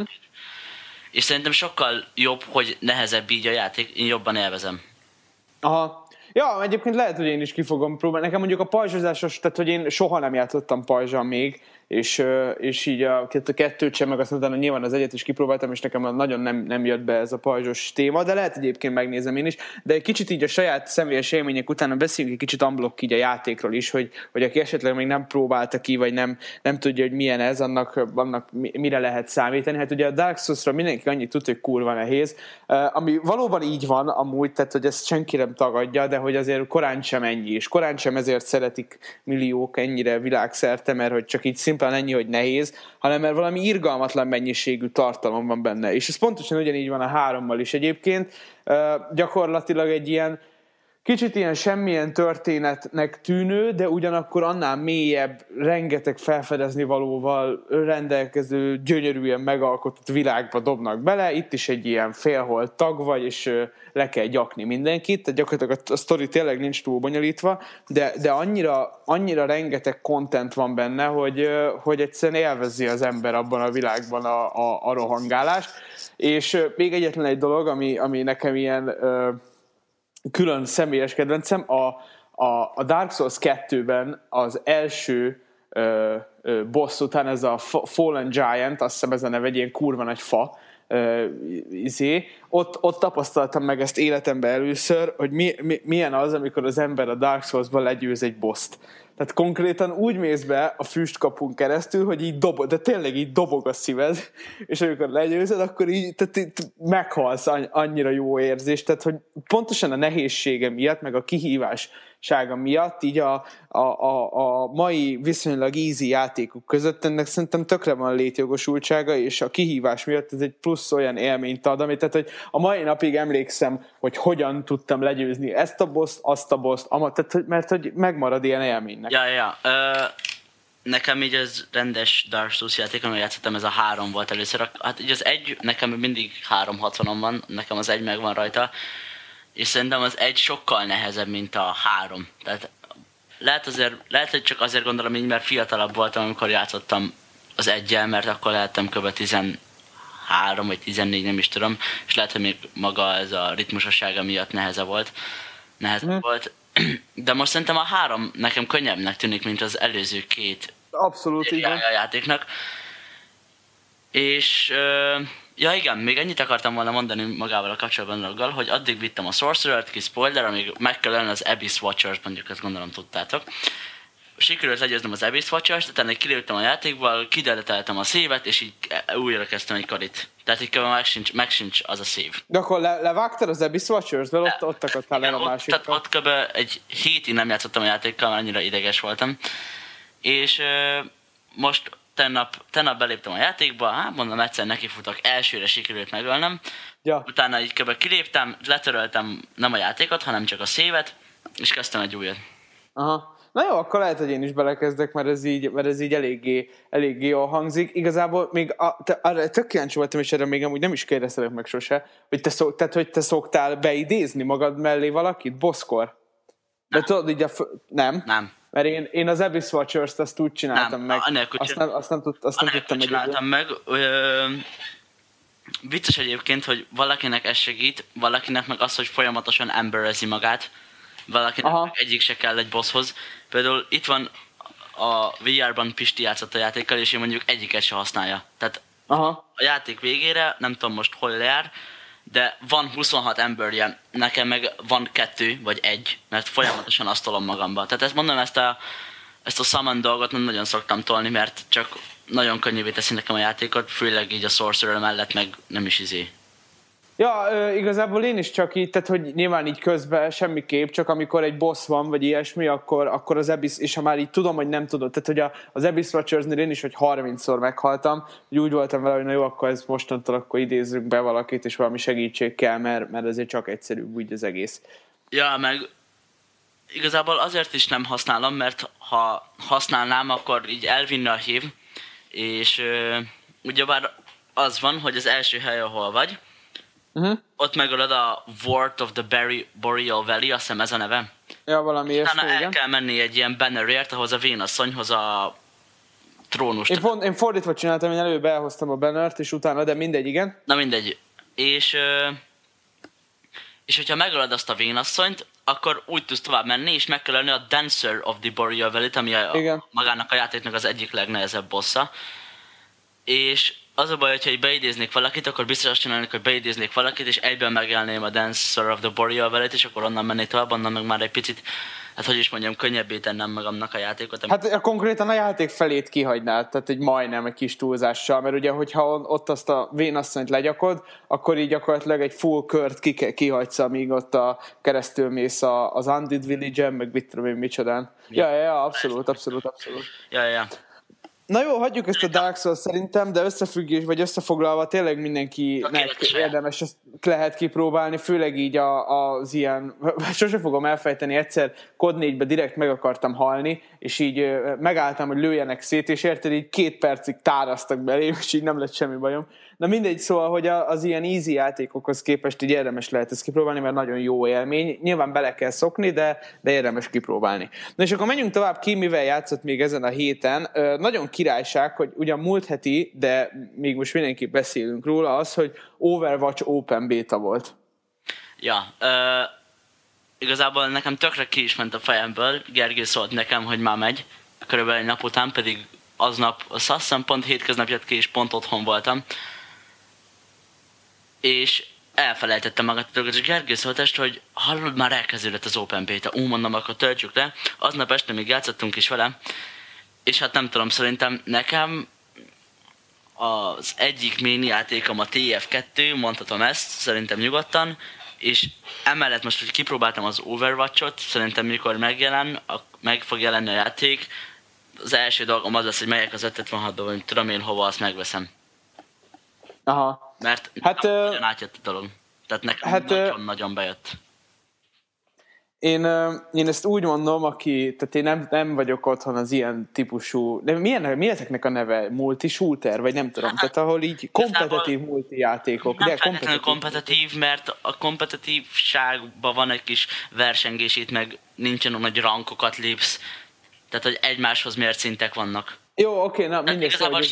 És szerintem sokkal jobb, hogy nehezebb így a játék, én jobban élvezem. Aha. Ja, egyébként lehet, hogy én is ki fogom próbálni. Nekem mondjuk a pajzsozásos, tehát hogy én soha nem játszottam pajzsal még, és így a kettőt sem, meg aztán utána nyilván az egyet is kipróbáltam, és nekem nagyon nem jött be ez a pajzsos téma, de lehet egyébként megnézem én is. De egy kicsit így a saját személyes élmények utána beszéljünk egy kicsit unblock így a játékról is, hogy aki esetleg még nem próbálta ki, vagy nem tudja, hogy milyen ez, annak mire lehet számítani. Hát ugye a Dark Souls-ra mindenki annyit tud, hogy kurva nehéz, ami valóban így van amúgy, tehát hogy ezt senki nem tagadja, de hogy azért korán sem ennyi, és korán sem ezért szeretik milliók ennyire világszerte, mert hogy csak így szimplán ennyi, hogy nehéz, hanem mert valami irgalmatlan mennyiségű tartalom van benne. És ez pontosan ugyanígy van a 3-mal is egyébként. Gyakorlatilag egy ilyen kicsit ilyen semmilyen történetnek tűnő, de ugyanakkor annál mélyebb, rengeteg felfedezni valóval rendelkező, gyönyörűen megalkotott világba dobnak bele. Itt is egy ilyen félholt tag vagy, és le kell gyakni mindenkit. Tehát gyakorlatilag a sztori tényleg nincs túl bonyolítva, de annyira rengeteg content van benne, hogy egyszerűen élvezi az ember abban a világban a rohangálást. És még egyetlen egy dolog, ami nekem ilyen külön személyes kedvencem, a Dark Souls 2-ben az első boss után ez a Fallen Giant, azt hiszem ez a neve, egy ilyen kurva nagy fa, ott tapasztaltam meg ezt életemben először, hogy milyen az, amikor az ember a Dark Souls-ban legyőz egy bosst. Tehát konkrétan úgy mész be a füstkapun keresztül, hogy így de tényleg így dobog a szíved, és amikor legyőzed, akkor így meghalsz, annyira jó érzés. Tehát, hogy pontosan a nehézsége miatt, meg a kihívássága miatt, így a mai viszonylag easy játékok között ennek szerintem tökre van létjogosultsága, és a kihívás miatt ez egy plusz olyan élményt ad, amit tehát, hogy a mai napig emlékszem, hogy hogyan tudtam legyőzni ezt a boszt, azt a boszt, mert hogy megmarad ilyen élménynek. Ja. Nekem így az rendes Dark Souls játék, amely játszottam, ez a 3 volt először. Hát így az 1, nekem mindig 360-on van, nekem az 1 megvan rajta, és szerintem az 1 sokkal nehezebb, mint a 3. Tehát lehet, hogy csak azért gondolom így, mert fiatalabb voltam, amikor játszottam az 1-jel, mert akkor lehettem kb. 13 vagy 14, nem is tudom, és lehet, hogy még maga ez a ritmusossága miatt nehezebb volt. De most szerintem a 3 nekem könnyebbnek tűnik, mint az előző 2 abszolút igen. A játéknak. És ja igen, még ennyit akartam volna mondani magával a kapcsolatban, hogy addig vittem a Sorcerer-t, ki spoiler, amíg meg kell lenni az Abyss Watchers, mondjuk ezt gondolom tudtátok. Sikerült legyőznem az Abyss Watchers, utána kiléptem a játékból, kideleteltem a szévet, és így újra kezdtem egy karit. Tehát így meg sincs az a szév. De akkor levágtad az Abyss Watchers-ből, ott akadtál el a másikkal? Tehát ott kb. Egy hétig nem játszottam a játékkal, mert annyira ideges voltam. És most tegnap beléptem a játékba, mondom egyszer nekifutok, elsőre sikerült megölnem. Ja. Utána így kb. Kiléptem, letöröltem nem a játékot, hanem csak a szévet, és kezdtem egy újat. Aha. Na jó, akkor lehet, hogy én is belekezdek, mert ez így eléggé jól hangzik. Igazából még tök kíváncsi voltam, és erre még amúgy nem is kérdeztelek meg sose, hogy te szoktál beidézni magad mellé valakit, bosszkor? De tudod, így nem? Nem. Mert én az Abyss Watchers-t azt úgy csináltam meg. Azt nem tudtam csináltam meg. Vicces egyébként, hogy valakinek ez segít, valakinek meg az, hogy folyamatosan emberezi magát. Valakinek egyik se kell egy bosshoz. Például itt van a VR-ban Pisti játszott a játékkal, és én mondjuk egyiket se használja. Tehát a játék végére, nem tudom most hol jár, de van 26 emberje, nekem meg van 2 vagy 1, mert folyamatosan azt tolom magamba. Tehát ezt mondom, ezt a summon dolgot nem nagyon szoktam tolni, mert csak nagyon könnyűvé teszi nekem a játékot, főleg így a Sorcerer mellett meg nem is izé. Ja, igazából én is csak így, tehát hogy nyilván így közben semmiképp, csak amikor egy boss van, vagy ilyesmi, akkor az Abyss, és ha már így tudom, hogy nem tudod, tehát hogy az Abyss Watchersnél én is, hogy 30-szor meghaltam, úgy voltam vele, hogy na jó, akkor ez mostantól akkor idézzük be valakit, és valami segítség kell, mert ezért csak egyszerűbb úgy az egész. Ja, meg igazából azért is nem használom, mert ha használnám, akkor így elvinne a hív, és ugyebár az van, hogy az első hely, ahol vagy, ott megölöd a Ward of the Boreal Valley, azt hiszem ez a neve. Ja, valami ilyesmi, igen. El kell menni egy ilyen bannerért, ahhoz a vénasszonyhoz a trónust. Én fordítva csináltam, én előbb elhoztam a bannert, és utána, de mindegy, igen. Na mindegy. És és hogyha megölöd azt a vénasszonyt, akkor úgy tudsz tovább menni, és meg kell ölni a Dancer of the Boreal Valley-t, ami magának a játéknak az egyik legnehezebb bossa. És az a baj, hogyha így beidéznék valakit, akkor biztos azt csinálnék, hogy beidéznék valakit, és egyben megjelném a Dancer of the Boreal Valley-t, és akkor onnan mennék tovább, onnan meg már egy picit, hát hogy is mondjam, könnyebbé tennem magamnak a játékot. Hát konkrétan a játék felét kihagynád, tehát egy majdnem egy kis túlzással, mert ugye, hogyha ott azt a vénasszonyt legyakod, akkor így gyakorlatilag egy full kört kihagysz, amíg ott keresztül mész az Undead Village-en, meg mit tudom én micsodán. Ja, abszolút. Ja. Na jó, hagyjuk ezt a Dark Souls szerintem, de összefüggés, vagy összefoglalva tényleg mindenkinek érdemes ezt lehet kipróbálni, főleg így az ilyen, sose fogom elfejteni, egyszer Code 4-be direkt meg akartam halni, és így megálltam, hogy lőjenek szét, és érted, így 2 percig tárasztak belém, és így nem lett semmi bajom. Na mindegy, szóval, hogy az ilyen easy játékokhoz képest így érdemes lehet ezt kipróbálni, mert nagyon jó élmény. Nyilván bele kell szokni, de érdemes kipróbálni. Na és akkor menjünk tovább ki, mivel játszott még ezen a héten. Nagyon királyság, hogy ugyan múlt heti, de még most mindenki beszélünk róla, az, hogy Overwatch Open Beta volt. Ja, igazából nekem tökre ki is ment a fejemből. Gergő szólt nekem, hogy már megy, körülbelül egy nap után, pedig aznap, azt hiszem pont hétköznap jött ki, és pont otthon voltam. És elfelejtettem magát a dolgot, és Gergő szólt este, hogy hallod, már elkezdődött az Open Beta. Mondom, akkor töltsük le. Aznap este még játszottunk is vele, és hát nem tudom, szerintem nekem az egyik main játékom a TF2, mondhatom ezt, szerintem nyugodtan, és emellett most, hogy kipróbáltam az Overwatch-ot, szerintem mikor meg fog jelenni a játék, az első dolgom az lesz, hogy megyek az 556-ba, vagy tudom én hova, azt megveszem. Aha. Mert nagyon átjött a dolog. Tehát nekem nagyon-nagyon bejött. Én ezt úgy mondom, tehát én nem vagyok otthon az ilyen típusú, de mi ezeknek a neve? Multi-shooter? Vagy nem tudom, tehát ahol így kompetitív multijátékok. Nem feltétlenül kompetitív, mert a kompetitívságban van egy kis versengés, itt meg nincsen nagy rankokat lépsz, tehát hogy egymáshoz mért szintek vannak. Jó, oké, na mindegy, szóval, hogy az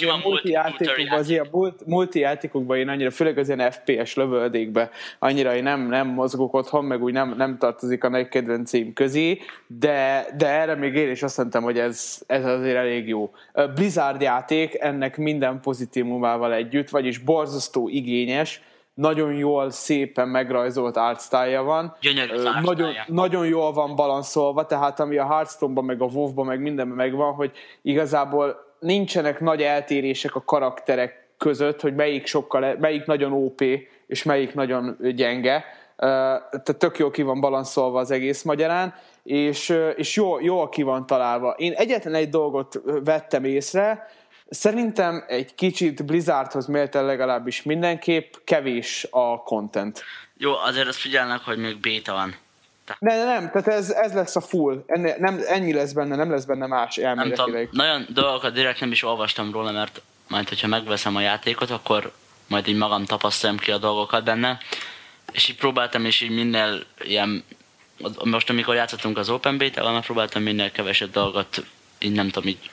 ilyen multijátékokban én annyira, főleg az ilyen FPS lövöldékben annyira én nem mozgok otthon, meg úgy nem tartozik a nagy kedvencém közé, de erre még én is azt mondtam, hogy ez azért elég jó. Blizzard játék ennek minden pozitívumával együtt, vagyis borzasztó igényes, nagyon jól, szépen megrajzolt artstyle-ja van. Nagyon jól van balanszolva, tehát ami a Hearthstone-ban, meg a WoW-ban, meg mindenben megvan, hogy igazából nincsenek nagy eltérések a karakterek között, hogy melyik nagyon OP, és melyik nagyon gyenge. Tehát tök jól ki van balanszolva az egész magyarán, és jól ki van találva. Én egyetlen egy dolgot vettem észre, szerintem egy kicsit Blizzardhoz méltán legalábbis mindenképp kevés a content. Jó, azért azt figyelnek, hogy még beta van. Nem, tehát ez lesz a full. Ennyi lesz benne, nem lesz benne más elméletileg. Nagyon dolgokat direkt nem is olvastam róla, mert majd, hogyha megveszem a játékot, akkor majd így magam tapasztaljam ki a dolgokat benne. És így próbáltam, és így minél ilyen, most amikor játszottunk az Open Beta-val, már próbáltam minél kevesebb dolgot, így nem tudom, így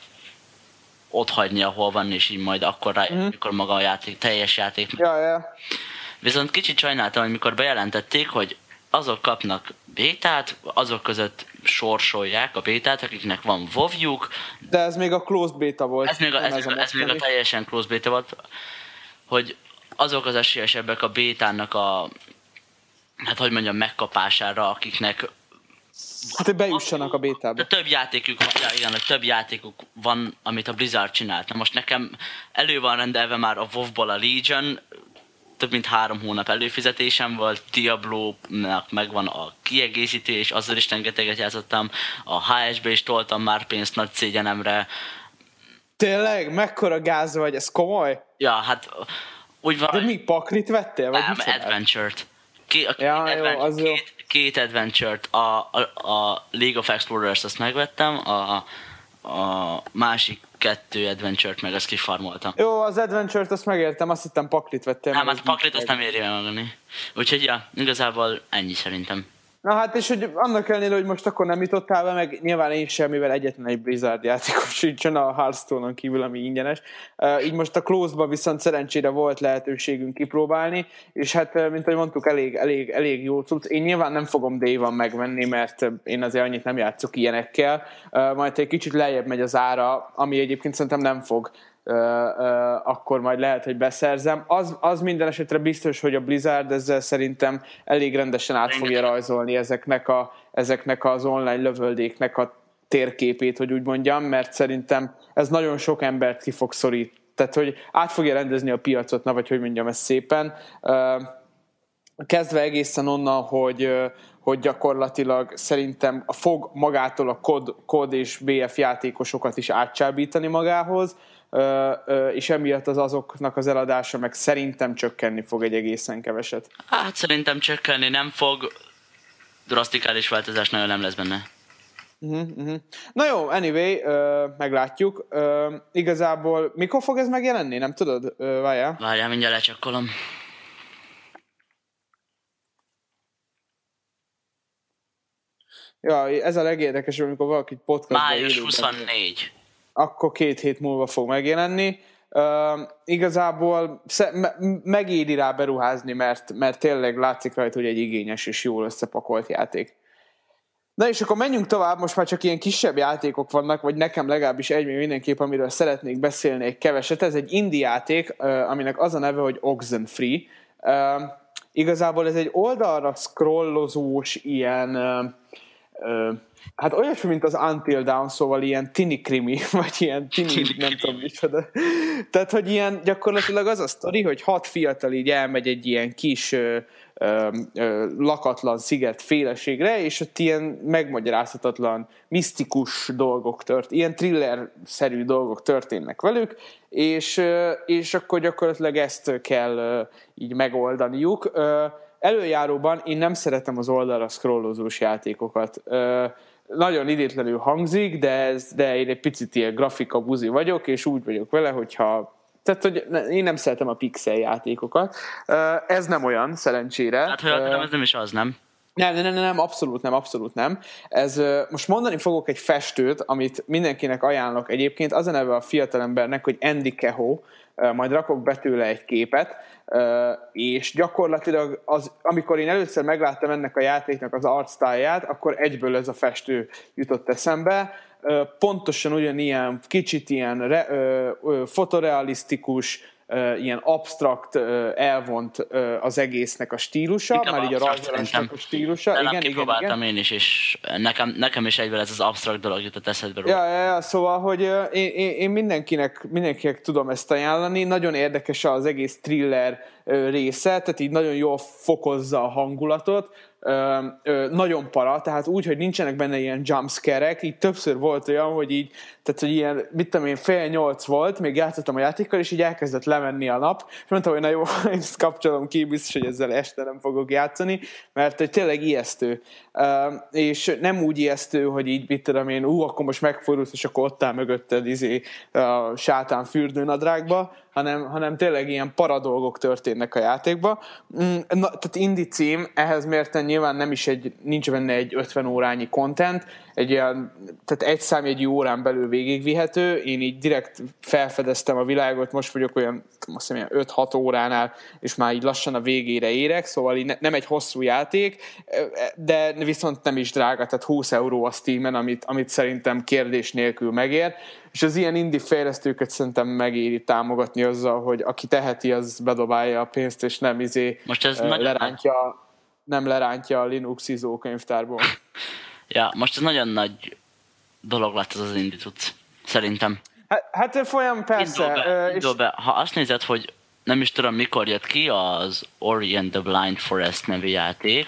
ott hagyni, ahol van, és így majd akkor amikor maga a játék, teljes játék. Ja. Viszont kicsit sajnáltam, hogy mikor bejelentették, hogy azok kapnak bétát, azok között sorsolják a bétát, akiknek van WoW-juk. De ez még a closed beta volt. Ez még a teljesen closed beta volt, hogy azok az esélyesebbek a bétának a, hát hogy mondjam, megkapására, akiknek hát, hogy bejussanak a bétába. De több játékuk van, amit a Blizzard csinált. Na most nekem elő van rendelve már a WoW-ból a Legion, több mint 3 hónap előfizetésem volt, Diablo-nak megvan a kiegészítő, és azzal is rengeteget játszottam, a HS-be is toltam már pénzt nagy szégyenemre. Tényleg? Mekkora gáz vagy? Ez komoly? Ja, hát úgy van. De mi, paklit vettél? Vagy nem, Adventure-t. Két Adventure-t, a League of Explorers azt megvettem, a másik 2 Adventure-t meg azt kifarmoltam. Jó, az Adventure-t azt megértem, azt hittem paklit vettél. Nem, az paklit azt nem éri megvenni. Úgyhogy ja, igazából ennyi szerintem. Na hát, és hogy annak ellenére, hogy most akkor nem jutottál be, meg nyilván én semmivel egyetlen egy Blizzard játékos sincsen a Hearthstone-on kívül, ami ingyenes. Így most a Closed-ba viszont szerencsére volt lehetőségünk kipróbálni, és hát, mint ahogy mondtuk, elég jó cucc. Én nyilván nem fogom Day-van megvenni, mert én azért annyit nem játszok ilyenekkel. Majd egy kicsit lejjebb megy az ára, ami egyébként szerintem nem fog, akkor majd lehet, hogy beszerzem. Az minden esetre biztos, hogy a Blizzard ezzel szerintem elég rendesen át fogja rajzolni ezeknek az online lövöldéknek a térképét, hogy úgy mondjam, mert szerintem ez nagyon sok embert ki fog szorítani. Tehát, hogy át fogja rendezni a piacot, vagy hogy mondjam ezt szépen. Kezdve egészen onnan, hogy gyakorlatilag szerintem fog magától a COD és BF játékosokat is átcsábítani magához, és emiatt azoknak az eladása meg szerintem csökkenni fog egy egészen keveset. Hát szerintem csökkenni nem fog, drasztikális változás nagyon nem lesz benne. Na jó, anyway, meglátjuk. Igazából mikor fog ez megjelenni? Nem tudod? Várjál, mindjárt lecsekkolom. Ja, ez a legérdekesebb, amikor valaki podcastban május 24. Akkor 2 hét múlva fog megjelenni. Igazából megéri rá beruházni, mert tényleg látszik rajta, hogy egy igényes és jól összepakolt játék. Na és akkor menjünk tovább, most már csak ilyen kisebb játékok vannak, vagy nekem legalábbis egy még mindenképp, amiről szeretnék beszélni egy keveset. Ez egy indie játék, aminek az a neve, hogy Oxenfree. Igazából ez egy oldalra scrollozós ilyen... hát olyasmi, mint az Until Dawn, szóval ilyen tini krimi, vagy ilyen tini nem tudom micsoda. Tehát, hogy ilyen gyakorlatilag az a sztori, hogy 6 fiatal így elmegy egy ilyen kis lakatlan sziget féleségre, és ott ilyen megmagyarázhatatlan, misztikus dolgok ilyen thriller-szerű dolgok történnek velük, és akkor gyakorlatilag ezt kell így megoldaniuk. Előjáróban én nem szeretem az oldalra scrollozós játékokat. Nagyon idétlenül hangzik, de én egy picit ilyen grafika buzi vagyok, és úgy vagyok vele, hogyha... Tehát, hogy én nem szeretem a pixel játékokat. Ez nem olyan, szerencsére. Hát, hogy ez nem is az, nem? Nem, abszolút nem. Most mondani fogok egy festőt, amit mindenkinek ajánlok egyébként. Az a neve a fiatalembernek, hogy Andy Kehoe, majd rakok be tőle egy képet, és gyakorlatilag amikor én először megláttam ennek a játéknak az artstyle-ját, akkor egyből ez a festő jutott eszembe. Pontosan ugyanilyen, kicsit ilyen fotorealisztikus, ilyen absztrakt, elvont az egésznek a stílusa, inkább már így a rajzolásnak a stílusa. Igen. Kipróbáltam én is, és nekem is egyből ez az absztrakt dolog jutott eszedbe róla. Ja, szóval, hogy én mindenkinek tudom ezt ajánlani, nagyon érdekes az egész thriller része, tehát így nagyon jól fokozza a hangulatot, nagyon para, tehát úgy, hogy nincsenek benne ilyen jumpscare-ek, így többször volt olyan, hogy így, tehát hogy ilyen, mit tudom én, 7:30 volt, még játszottam a játékkal, és így elkezdett lemenni a nap, és mondtam, hogy na jó, én ezt kapcsolom ki, biztos, hogy ezzel este nem fogok játszani, mert hogy tényleg ijesztő. És nem úgy ijesztő, hogy így, mit tudom én, akkor most megfordulsz, és akkor ott áll mögötted a sátán fürdőnadrágba, hanem tényleg ilyen paradolgok történnek a játékba. Tehát indie cím, ehhez mérten nyilván nincs benne egy 50 órányi content, tehát egy számjegyű órán belül végigvihető. Én így direkt felfedeztem a világot, most vagyok olyan, azt hiszem, 5-6 óránál, és már így lassan a végére érek, szóval így nem egy hosszú játék, de viszont nem is drága, tehát 20 euró a Steamen, amit szerintem kérdés nélkül megér, és az ilyen indie fejlesztőket szerintem megéri támogatni azzal, hogy aki teheti, az bedobálja a pénzt, és nem most ez lerántja a Linux ISO könyvtárból. Ja, most ez nagyon nagy dolog lett az indie tudsz, szerintem. Hát folyam, persze. Indul be. Ha azt nézed, hogy nem is tudom mikor jött ki az Ori and the Blind Forest nevű játék.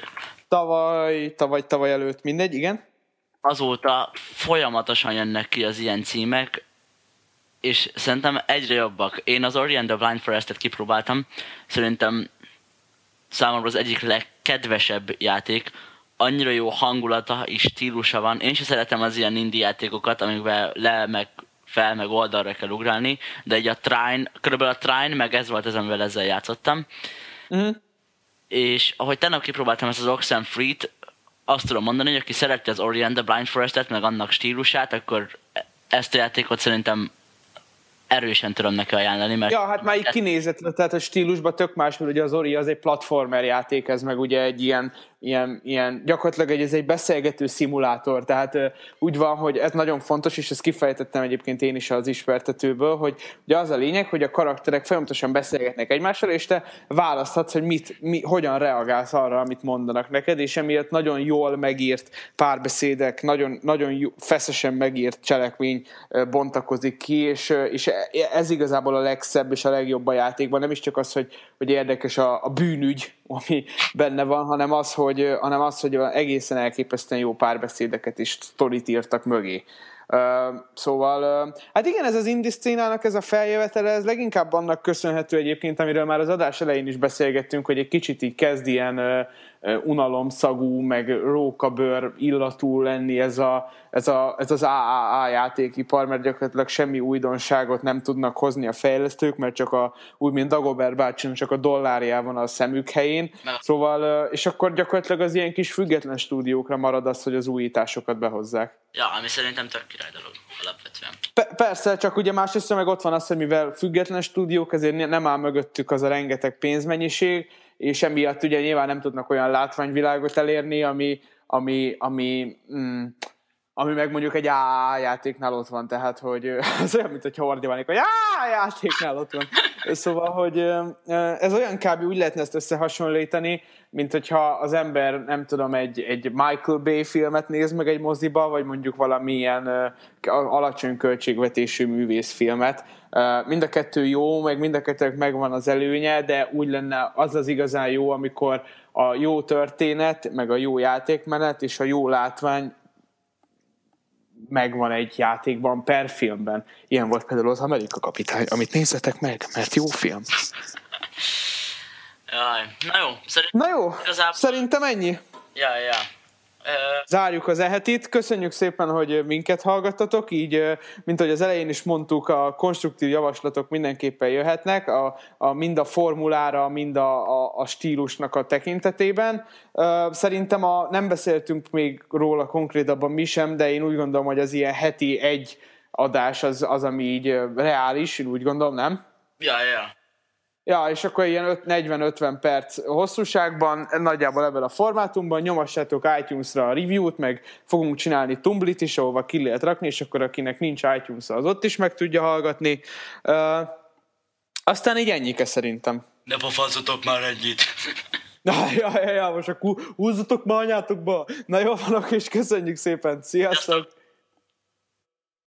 Tavaly előtt, mindegy, igen. Azóta folyamatosan jönnek ki az ilyen címek, és szerintem egyre jobbak. Én az Ori and the Blind Forest-et kipróbáltam, szerintem számomra az egyik legkedvesebb játék, annyira jó hangulata és stílusa van. Én sem szeretem az ilyen indie játékokat, amikben fel, meg oldalra kell ugrálni, de egy körülbelül a Trine, meg ez volt az, amivel ezzel játszottam. És ahogy tegnap kipróbáltam ezt az Oxenfree-t, azt tudom mondani, hogy aki szereti az Ori and the Blind Forest-et, meg annak stílusát, akkor ezt a játékot szerintem erősen tudom neki ajánlani, mert... Ja, hát már így kinézetre, tehát a stílusban tök más, mert ugye az Ori az egy platformer játék, ez meg ugye egy ilyen gyakorlatilag ez egy beszélgető szimulátor, tehát úgy van, hogy ez nagyon fontos, és ezt kifejtettem egyébként én is az ismertetőből, hogy ugye az a lényeg, hogy a karakterek folyamatosan beszélgetnek egymással, és te választhatsz, hogy hogyan reagálsz arra, amit mondanak neked, és emiatt nagyon jól megírt párbeszédek, nagyon jó, feszesen megírt cselekmény bontakozik ki, és ez igazából a legszebb és a legjobb a játékban, nem is csak az, hogy érdekes a bűnügy, ami benne van, hanem az, hogy egészen elképesztően jó párbeszédeket is sztorit írtak mögé. Szóval, hát igen, ez az indie szcénának ez a feljövetele, ez leginkább annak köszönhető egyébként, amiről már az adás elején is beszélgettünk, hogy egy kicsit így kezd ilyen unalomszagú, meg rókabőr illatú lenni ez az AAA játékipar, mert gyakorlatilag semmi újdonságot nem tudnak hozni a fejlesztők, mert csak úgy, mint Dagobert bácsinak, csak a dollárjá van a szemük helyén. Szóval, és akkor gyakorlatilag az ilyen kis független stúdiókra marad az, hogy az újításokat behozzák. Ja, ami szerintem tök király dolog alapvetően. Persze, csak ugye másrészt meg ott van az, hogy mivel független stúdiók, ezért nem áll mögöttük az a rengeteg pénzmennyiség, és emiatt ugye nyilván nem tudnak olyan látványvilágot elérni, ami meg mondjuk egy AA játéknál ott van, tehát hogy az olyan, mint hogyha ordibálnék, hogy AA játéknál ott van. Szóval, hogy ez olyan kb. Úgy lehetne ezt összehasonlítani, mint hogyha az ember, nem tudom, egy Michael Bay filmet néz meg egy moziba, vagy mondjuk valamilyen alacsony költségvetésű művészfilmet. Mind a kettő jó, meg mind a kettőnek megvan az előnye, de úgy lenne az igazán jó, amikor a jó történet, meg a jó játékmenet és a jó látvány megvan egy játékban per filmben. Ilyen volt például az Amerika Kapitány, amit nézzetek meg, mert jó film. Jaj, na jó, szerintem ennyi. Ja. Zárjuk az ehetit. Köszönjük szépen, hogy minket hallgattatok, így, mint ahogy az elején is mondtuk, a konstruktív javaslatok mindenképpen jöhetnek, mind a formulára, mind a stílusnak a tekintetében. Szerintem nem beszéltünk még róla konkrétabban mi sem, de én úgy gondolom, hogy az ilyen heti egy adás az ami így reális, én úgy gondolom, nem? Ja. Ja, és akkor ilyen 40-50 perc hosszúságban, nagyjából ebben a formátumban nyomassátok iTunes-ra a review-t, meg fogunk csinálni Tumblit is, ahova ki lehet rakni, és akkor akinek nincs iTunes, az ott is meg tudja hallgatni. Aztán így ennyike szerintem. Ne pofázzatok már ennyit! Ja, most akkor húzzatok már anyátokba! Na jó, vanok, és köszönjük szépen! Sziasztok!